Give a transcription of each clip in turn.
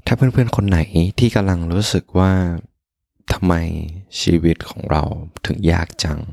ถ้าเพื่อนๆคนไหนที่กำลังรู้สึกว่าทำไมชีวิตของเราถึงยากจัง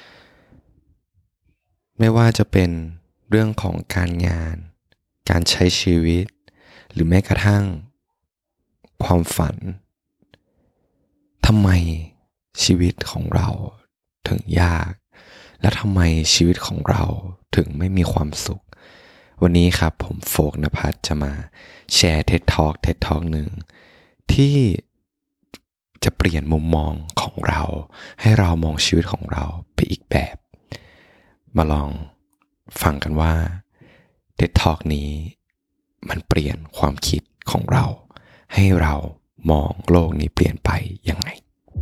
ไม่ว่าจะเป็นเรื่องของการงานการใช้ชีวิตหรือแม้กระทั่งความฝันทำไมชีวิตของเราถึงยากและทำไมชีวิตของเราถึงไม่มีความสุขวันนี้ครับผมโฟกนภัสจะมาแชร์ TED Talk หนึ่งที่จะเปลี่ยนมุมมองของเราให้เรามองชีวิตของเราไปอีกแบบมาลองฟังกันว่า TED Talk นี้มันเปลี่ยนความคิดของเราให้เรามองโลกนี้เปลี่ยนไปยังไง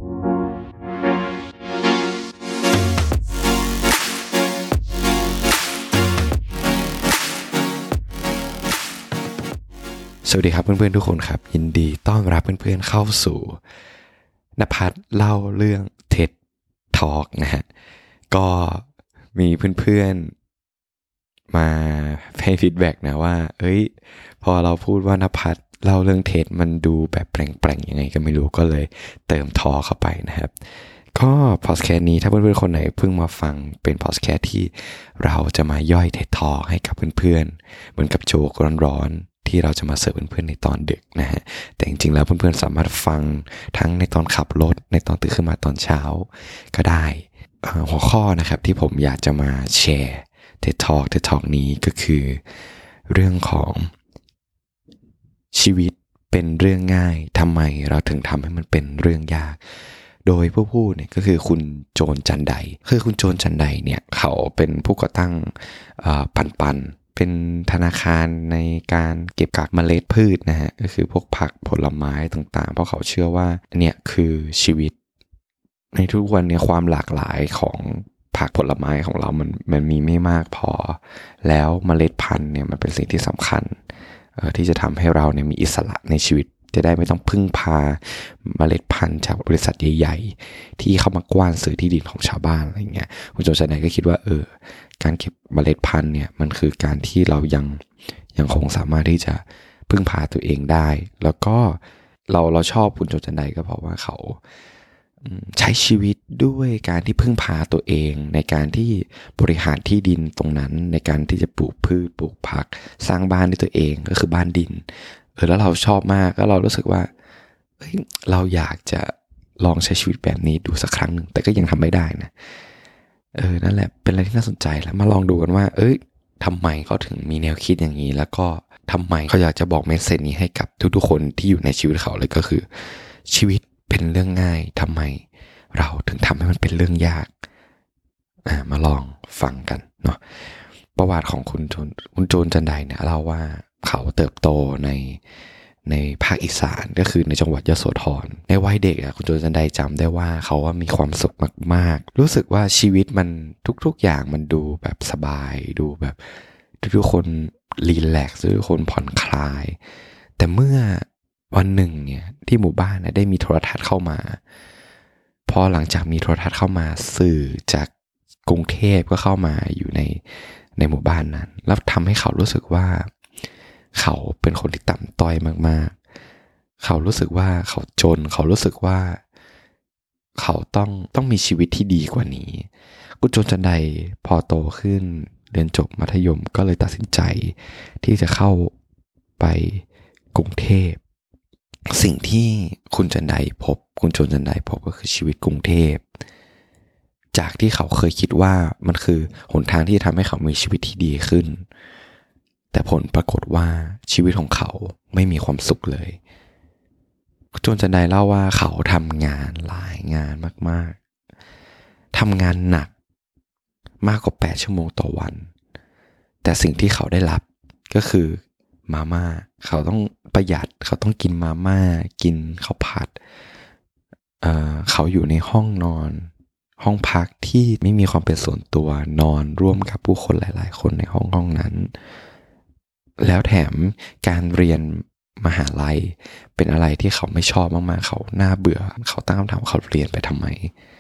สวัสดีครับเพื่อนๆทุกคนครับยินดีต้อนรับเพื่อนๆเข้าสู่นภัสเล่าเรื่อง TED Talk นะฮะก็มีเพื่อนๆมาให้ฟีดแบ็กนะว่าพอเราพูดว่านภัสเล่าเรื่อง TED มันดูแบบแปลงๆยังไงก็ไม่รู้ก็เลยเติมทอเข้าไปนะครับก็พอดแคสต์นี้ถ้าเพื่อนๆคนไหนเพิ่งมาฟังเป็นพอดแคสต์ที่เราจะมาย่อย TED Talk ให้กับเพื่อนๆเหมือนกับโจ๊กร้อนๆที่เราจะมาเสิร์ฟเพื่อนๆในตอนดึกนะฮะแต่จริงๆแล้วเพื่อนๆสามารถฟังทั้งในตอนขับรถในตอนตื่นขึ้นมาตอนเช้าก็ได้หัวข้อนะครับที่ผมอยากจะมาแชร์ TED Talk นี้ก็คือเรื่องของชีวิตเป็นเรื่องง่ายทำไมเราถึงทำให้มันเป็นเรื่องยากโดยผู้พูดเนี่ยก็คือคุณโจนจันไดคือคุณโจนจันไดเนี่ยเขาเป็นผู้ก่อตั้งปันเป็นธนาคารในการเก็บกักเมล็ดพืชนะฮะก็คือพวกผักผลไม้ต่างๆเพราะเขาเชื่อว่าเนี่ยคือชีวิตในทุกวันนี้ความหลากหลายของผักผลไม้ของเรามันมีไม่มากพอแล้วเมล็ดพันธุ์เนี่ยมันเป็นสิ่งที่สำคัญที่จะทำให้เราเนี่ยมีอิสระในชีวิตจะได้ไม่ต้องพึ่งพาเมล็ดพันธุ์จากบริษัทใหญ่ๆที่เข้ามากว้านซื้อที่ดินของชาวบ้านอะไรเงี้ยคุณโจชัยนายก็คิดว่าการเก็บเมล็ดพันธุ์เนี่ยมันคือการที่เรายังคงสามารถที่จะพึ่งพาตัวเองได้แล้วก็เราชอบคุณโจชัยนายก็เพราะว่าเขาใช้ชีวิตด้วยการที่พึ่งพาตัวเองในการที่บริหารที่ดินตรงนั้นในการที่จะปลูกพืชปลูกผักสร้างบ้านด้วยตัวเองก็คือบ้านดินแล้วเราชอบมากแล้วเรารู้สึกว่าเราอยากจะลองใช้ชีวิตแบบนี้ดูสักครั้งหนึ่งแต่ก็ยังทำไม่ได้นะนั่นแหละเป็นอะไรที่น่าสนใจแล้วมาลองดูกันว่าทำไมเขาถึงมีแนวคิดอย่างนี้แล้วก็ทำไมเขาอยากจะบอกเมสเสจนี้ให้กับทุกๆคนที่อยู่ในชีวิตเขาเลยก็คือชีวิตเป็นเรื่องง่ายทำไมเราถึงทำให้มันเป็นเรื่องยากมาลองฟังกันเนาะประวัติของคุณโจนจันไดเนี่ยเล่าว่าเขาเติบโตในภาคอีสานก็คือในจังหวัดยโสธรในวัยเด็กคุณโจนจันไดจำได้ว่าเขาว่ามีความสุขมากๆรู้สึกว่าชีวิตมันทุกๆอย่างมันดูแบบสบายดูแบบทุกคนรีแลกซ์ทุกคนผ่อนคลายแต่เมื่อวันหนึ่งเนี่ยที่หมู่บ้านได้มีโทรทัศน์เข้ามาพอหลังจากมีโทรทัศน์เข้ามาสื่อจากกรุงเทพก็เข้ามาอยู่ในหมู่บ้านนั้นแล้วทำให้เขารู้สึกว่าเขาเป็นคนที่ต่ำต้อยมากๆเขารู้สึกว่าเขาจนเขารู้สึกว่าเขาต้องมีชีวิตที่ดีกว่านี้คุณโจนจันไดพอโตขึ้นเรียนจบมัธยมก็เลยตัดสินใจที่จะเข้าไปกรุงเทพสิ่งที่คุณโจนจันไดพบก็คือชีวิตกรุงเทพจากที่เขาเคยคิดว่ามันคือหนทางที่จะทำให้เขามีชีวิตที่ดีขึ้นแต่ผลปรากฏว่าชีวิตของเขาไม่มีความสุขเลยโจนจันไดเล่าว่าเขาทำงานหลายงานมากๆทำงานหนักมากกว่า8 ชั่วโมงต่อวันแต่สิ่งที่เขาได้รับก็คือมาม่าเขาต้องประหยัดเขาต้องกินมาม่ากินข้าวผัดเขาอยู่ในห้องนอนห้องพักที่ไม่มีความเป็นส่วนตัวนอนร่วมกับผู้คนหลายๆคนในห้องนั้นแล้วแถมการเรียนมหาลัยเป็นอะไรที่เขาไม่ชอบมากๆเขาน่าเบื่อเขาตั้งคำถามว่าเขาเรียนไปทำไม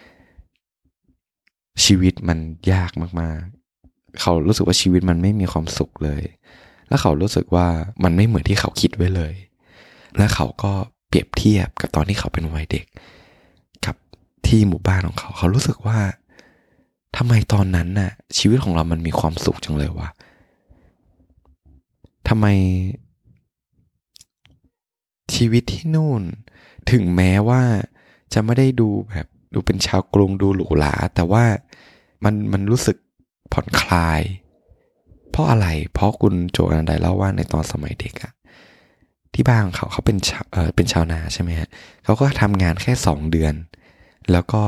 ชีวิตมันยากมากๆเขารู้สึกว่าชีวิตมันไม่มีความสุขเลยแล้วเขารู้สึกว่ามันไม่เหมือนที่เขาคิดไว้เลยและเขาก็เปรียบเทียบกับตอนที่เขาเป็นวัยเด็กกับที่หมู่บ้านของเขารู้สึกว่าทำไมตอนนั้นน่ะชีวิตของเรามันมีความสุขจังเลยวะทำไมชีวิตที่นู่นถึงแม้ว่าจะไม่ได้ดูเป็นชาวกรุงดูหรูหราแต่ว่ามันรู้สึกผ่อนคลายเพราะอะไรเพราะคุณโจอนันไดเล่าว่าในตอนสมัยเด็กอะที่บ้านของเขาเป็นชาวนาใช่ไหมฮะเขาก็ทำงานแค่2 เดือนแล้วก็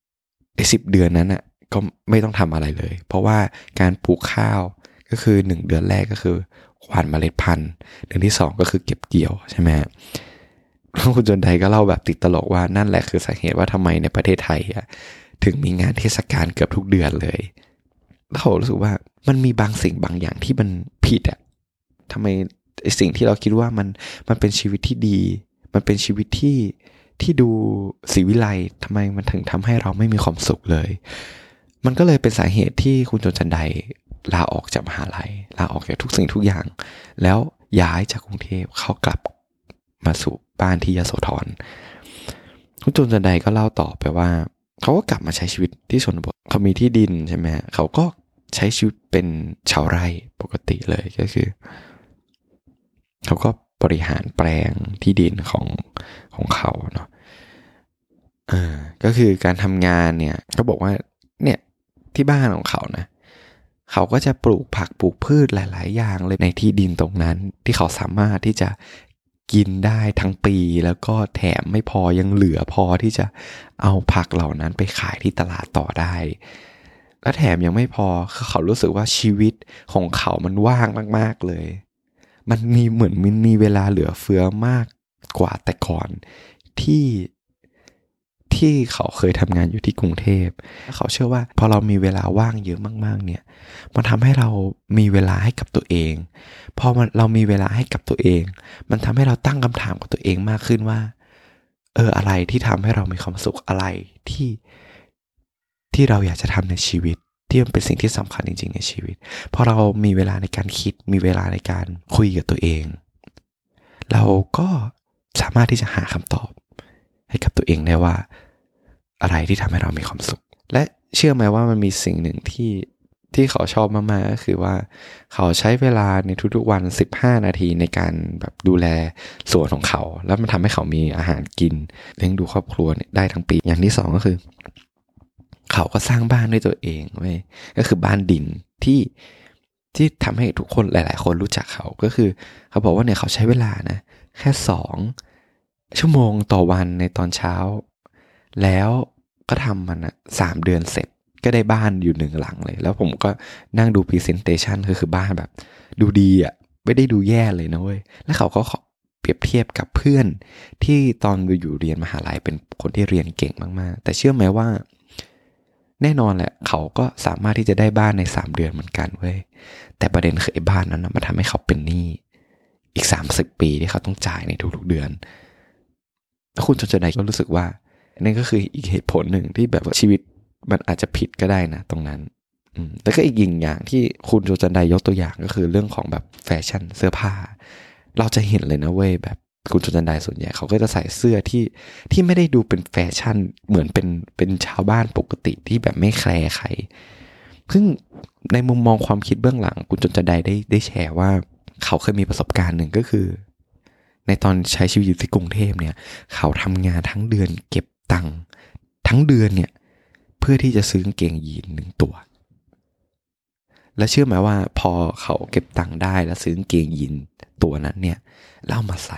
10 เดือนนั้นอะก็ไม่ต้องทำอะไรเลยเพราะว่าการปลูกข้าวก็คือ1 เดือนแรกก็คือหว่านเมล็ดพันธุ์เดือนที่2ก็คือเก็บเกี่ยวใช่ไหมแล้วคุณจนไดก็เล่าแบบติดตลกว่านั่นแหละคือสาเหตุว่าทำไมในประเทศไทยอะถึงมีงานเทศกาลเกือบทุกเดือนเลยแล้วผมรู้สึกว่ามันมีบางสิ่งบางอย่างที่มันผิดอะทำไมสิ่งที่เราคิดว่ามันเป็นชีวิตที่ดีมันเป็นชีวิตที่ดูศิวิไลทำไมมันถึงทำให้เราไม่มีความสุขเลยมันก็เลยเป็นสาเหตุที่คุณโจจันไดลาออกจากมหาลัยลาออกจากทุกสิ่งทุกอย่างแล้วย้ายจากกรุงเทพเข้ากลับมาสู่บ้านที่ยโสธรคุณโจจันไดก็เล่าต่อไปว่าเขาก็กลับมาใช้ชีวิตที่ชนบทเขามีที่ดินใช่ไหมเขาก็ใช้ชีวิตเป็นชาวไร่ปกติเลยก็คือเขาก็บริหารแปลงที่ดินของเขาเนาะก็คือการทำงานเนี่ยเขาบอกว่าเนี่ยที่บ้านของเขานะเขาก็จะปลูกผักปลูกพืชหลายๆอย่างเลยในที่ดินตรงนั้นที่เขาสามารถที่จะกินได้ทั้งปีแล้วก็แถมไม่พอยังเหลือพอที่จะเอาผักเหล่านั้นไปขายที่ตลาดต่อได้และแถมยังไม่พอเขารู้สึกว่าชีวิตของเขามันว่างมากๆเลยมันมีเวลาเหลือเฟือมากกว่าแต่ก่อนที่เขาเคยทำงานอยู่ที่กรุงเทพเขาเชื่อว่าพอเรามีเวลาว่างเยอะมากๆเนี่ยมันทำให้เรามีเวลาให้กับตัวเองพอเรามีเวลาให้กับตัวเองมันทำให้เราตั้งคำถามกับตัวเองมากขึ้นว่าอะไรที่ทำให้เรามีความสุขอะไรที่เราอยากจะทำในชีวิตที่มันเป็นสิ่งที่สำคัญจริงๆในชีวิตพอเรามีเวลาในการคิดมีเวลาในการคุยกับตัวเองเราก็สามารถที่จะหาคำตอบให้กับตัวเองได้ว่าอะไรที่ทำให้เรามีความสุขและเชื่อไหมว่ามันมีสิ่งหนึ่งที่เขาชอบมากๆก็คือว่าเขาใช้เวลาในทุกๆวัน15 นาทีในการแบบดูแลสวนของเขาแล้วมันทำให้เขามีอาหารกินเลี้ยงดูครอบครัวได้ทั้งปีอย่างที่2ก็คือเขาก็สร้างบ้านด้วยตัวเองเว้ยก็คือบ้านดินที่ทำให้ทุกคนหลายๆคนรู้จักเขาก็คือเขาบอกว่าเนี่ยเขาใช้เวลานะแค่2 ชั่วโมงต่อวันในตอนเช้าแล้วก็ทำมัน3 เดือนเสร็จก็ได้บ้านอยู่1 หลังเลยแล้วผมก็นั่งดู presentation คือบ้านแบบดูดีอ่ะไม่ได้ดูแย่เลยนะเว้ยแล้วเขาก็เปรียบเทียบกับเพื่อนที่ตอนอยู่เรียนมหาลัยเป็นคนที่เรียนเก่งมากๆแต่เชื่อไหมว่าแน่นอนแหละเขาก็สามารถที่จะได้บ้านใน3 เดือนเหมือนกันเว้ยแต่ประเด็นคือไอ้บ้านนั้นมันทำให้เขาเป็นหนี้อีก30 ปีที่เขาต้องจ่ายในทุกๆเดือนแล้วคุณจนจะไหนก็รู้สึกว่านั่นก็คืออีกเหตุผลหนึ่งที่แบบว่าชีวิตมันอาจจะผิดก็ได้นะตรงนั้นแต่ก็อีกอย่างที่คุณโจจันไดยกตัวอย่างก็คือเรื่องของแบบแฟชั่นเสื้อผ้าเราจะเห็นเลยนะเว้ยแบบคุณโจจันไดส่วนใหญ่เขาก็จะใส่เสื้อที่ไม่ได้ดูเป็นแฟชั่นเหมือนเป็นชาวบ้านปกติที่แบบไม่แคร์ใครซึ่งในมุมมองความคิดเบื้องหลังคุณโจจันไดได้แชร์ว่าเขาเคยมีประสบการณ์หนึ่งก็คือในตอนใช้ชีวิตอยู่ที่กรุงเทพเนี่ยเขาทำงานทั้งเดือนเก็บตังค์ทั้งเดือนเนี่ยเพื่อที่จะซื้อกางเกงยีน1 ตัว และเชื่อไหมว่าพอเขาเก็บตังค์ได้แล้วซื้อกางเกงยีนตัวนั้นเนี่ยแล้วเอามาใส่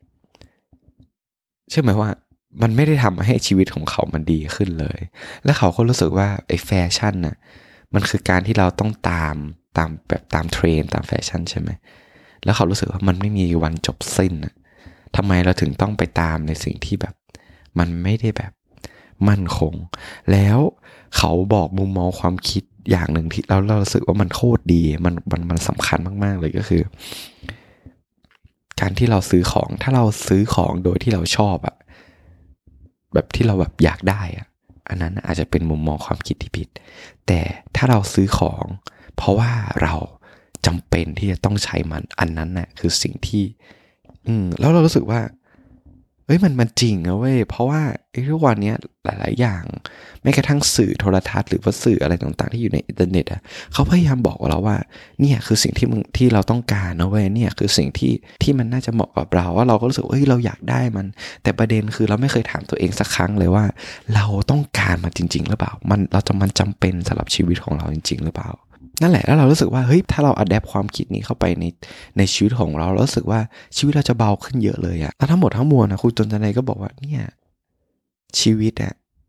เชื่อไหมว่ามันไม่ได้ทำให้ชีวิตของเขามันดีขึ้นเลยและเขาก็รู้สึกว่าไอ้แฟชั่นน่ะมันคือการที่เราต้องตามเทรนด์ตามแฟชั่นใช่ไหมแล้วเขารู้สึกว่ามันไม่มีวันจบสิ้นน่ะทำไมเราถึงต้องไปตามในสิ่งที่แบบมันไม่ได้แบบมั่นคงแล้วเขาบอกมุมมองความคิดอย่างหนึ่งที่เรารู้สึกว่ามันโคตรดีมันสำคัญมากๆเลยก็คือการที่เราซื้อของถ้าเราซื้อของโดยที่เราชอบอะแบบที่เราแบบอยากได้อะอันนั้นอาจจะเป็นมุมมองความคิดที่ผิดแต่ถ้าเราซื้อของเพราะว่าเราจำเป็นที่จะต้องใช้มันอันนั้นน่ะคือสิ่งที่แล้วเรารู้สึกว่ามันจริงนะเว้ยเพราะว่าทุกวันนี้หลายๆอย่างแม้กระทั่งสื่อโทรทัศน์หรือว่าสื่ออะไรต่างๆที่อยู่ในอินเทอร์เน็ตเขาพยายามบอกเราว่าเนี่ยคือสิ่งที่เราต้องการนะเว้ยเนี่ยคือสิ่งที่มันน่าจะเหมาะกับเราว่าเราก็รู้สึกเราอยากได้มันแต่ประเด็นคือเราไม่เคยถามตัวเองสักครั้งเลยว่าเราต้องการมันจริงๆหรือเปล่ามันจำเป็นสำหรับชีวิตของเราจริงๆหรือเปล่านั่นแหละแล้วเรารู้สึกว่าถ้าเราอัดแอปความคิดนี้เข้าไปในชีวิตของเรารู้สึกว่าชีวิตเราจะเบาขึ้นเยอะเลยอะแล้วทั้งหมดทั้งมวลนะครูจนจันไดก็บอกว่าเนี่ยชีวิตอะ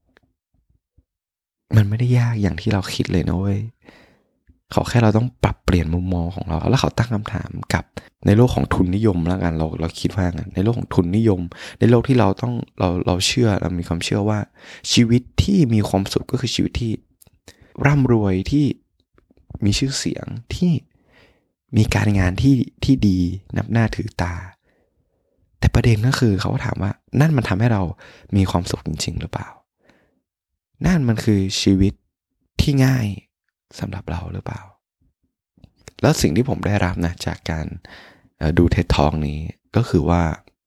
มันไม่ได้ยากอย่างที่เราคิดเลยนะเว้ยเขาแค่เราต้องปรับเปลี่ยนมุมมองของเราแล้วเขาตั้งคำถามกับในโลกของทุนนิยมแล้วกันเราคิดว่างั้นในโลกของทุนนิยมในโลกที่เราเชื่อเรามีความเชื่อว่าชีวิตที่มีความสุขก็คือชีวิตที่ร่ำรวยที่มีชื่อเสียงที่มีการงานที่ดีนับหน้าถือตาแต่ประเด็นก็คือเขาถามว่านั่นมันทำให้เรามีความสุขจริงๆหรือเปล่านั่นมันคือชีวิตที่ง่ายสำหรับเราหรือเปล่าแล้วสิ่งที่ผมได้รับนะจากการดูเท็ดทอล์กนี้ก็คือว่า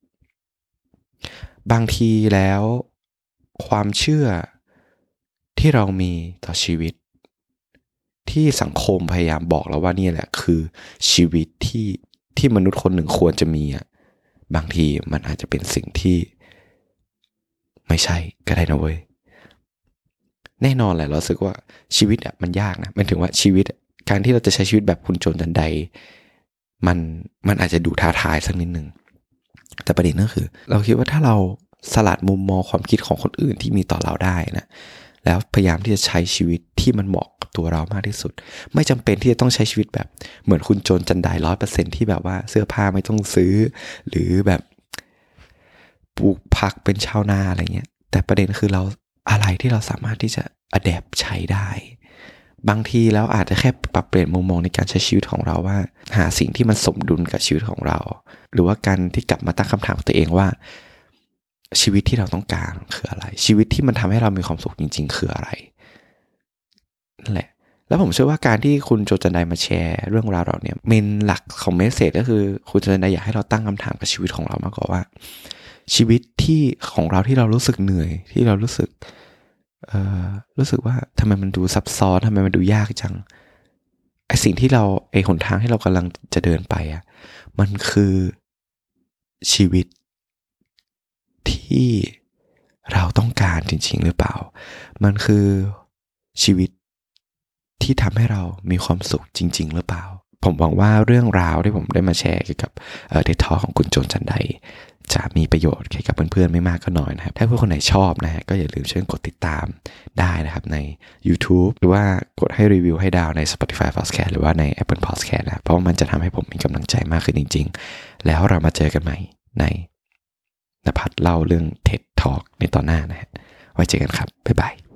บางทีแล้วความเชื่อที่เรามีต่อชีวิตที่สังคมพยายามบอกเราว่านี่แหละคือชีวิตที่มนุษย์คนหนึ่งควรจะมีบางทีมันอาจจะเป็นสิ่งที่ไม่ใช่ก็ได้นะเว้ยแน่นอนแหละเราสึกว่าชีวิตมันยากนะมันถึงว่าชีวิตการที่เราจะใช้ชีวิตแบบคุณโจรจันไดมันอาจจะดูท้าทายสักนิดนึงแต่ประเด็นก็คือเราคิดว่าถ้าเราสลัดมุมมองความคิดของคนอื่นที่มีต่อเราได้นะแล้วพยายามที่จะใช้ชีวิตที่มันเหมาะกับตัวเรามากที่สุดไม่จำเป็นที่จะต้องใช้ชีวิตแบบเหมือนคุณโจรจันได 100% ที่แบบว่าเสื้อผ้าไม่ต้องซื้อหรือแบบปลูกผักเป็นชาวนาอะไรเงี้ยแต่ประเด็นคือเราอะไรที่เราสามารถที่จะอะแดปใช้ได้บางทีแล้วอาจจะแค่ปรับเปลี่ยนมุมมองในการใช้ชีวิตของเราว่าหาสิ่งที่มันสมดุลกับชีวิตของเราหรือว่าการที่กลับมาตั้งคำถามตัวเองว่าชีวิตที่เราต้องการคืออะไรชีวิตที่มันทำให้เรามีความสุขจริงๆคืออะไรนั่นแหละแล้วผมเชื่อว่าการที่คุณโจจันไดมาแชร์เรื่องราวเราเนี่ยเมนหลักของเมสเสจก็คือคุณโจจันไดอยากให้เราตั้งคำถามกับชีวิตของเรามากกว่าว่าชีวิตที่ของเราที่เรารู้สึกเหนื่อยที่เรารู้สึกว่าทำไมมันดูซับซ้อนทำไมมันดูยากจังไอสิ่งที่เราหนทางที่เรากำลังจะเดินไปมันคือชีวิตที่เราต้องการจริงๆหรือเปล่ามันคือชีวิตที่ทำให้เรามีความสุขจริงๆหรือเปล่าผมหวังว่าเรื่องราวที่ผมได้มาแชร์เกี่ยวกับเท็ดทอล์คของคุณโจรจันไดจะมีประโยชน์ให้กับเพื่อนๆไม่มากก็น้อยนะครับถ้าเพื่อนคนไหนชอบนะฮะก็อย่าลืมช่วยกดติดตามได้นะครับใน YouTube หรือว่ากดให้รีวิวให้ดาวใน Spotify Podcast หรือว่าใน Apple Podcast นะเพราะมันจะทำให้ผมมีกำลังใจมากขึ้นจริงๆแล้วเรามาเจอกันใหม่ในณภัทรเล่าเรื่อง TED Talk ในตอนหน้านะฮะไว้เจอกันครับบ๊ายบาย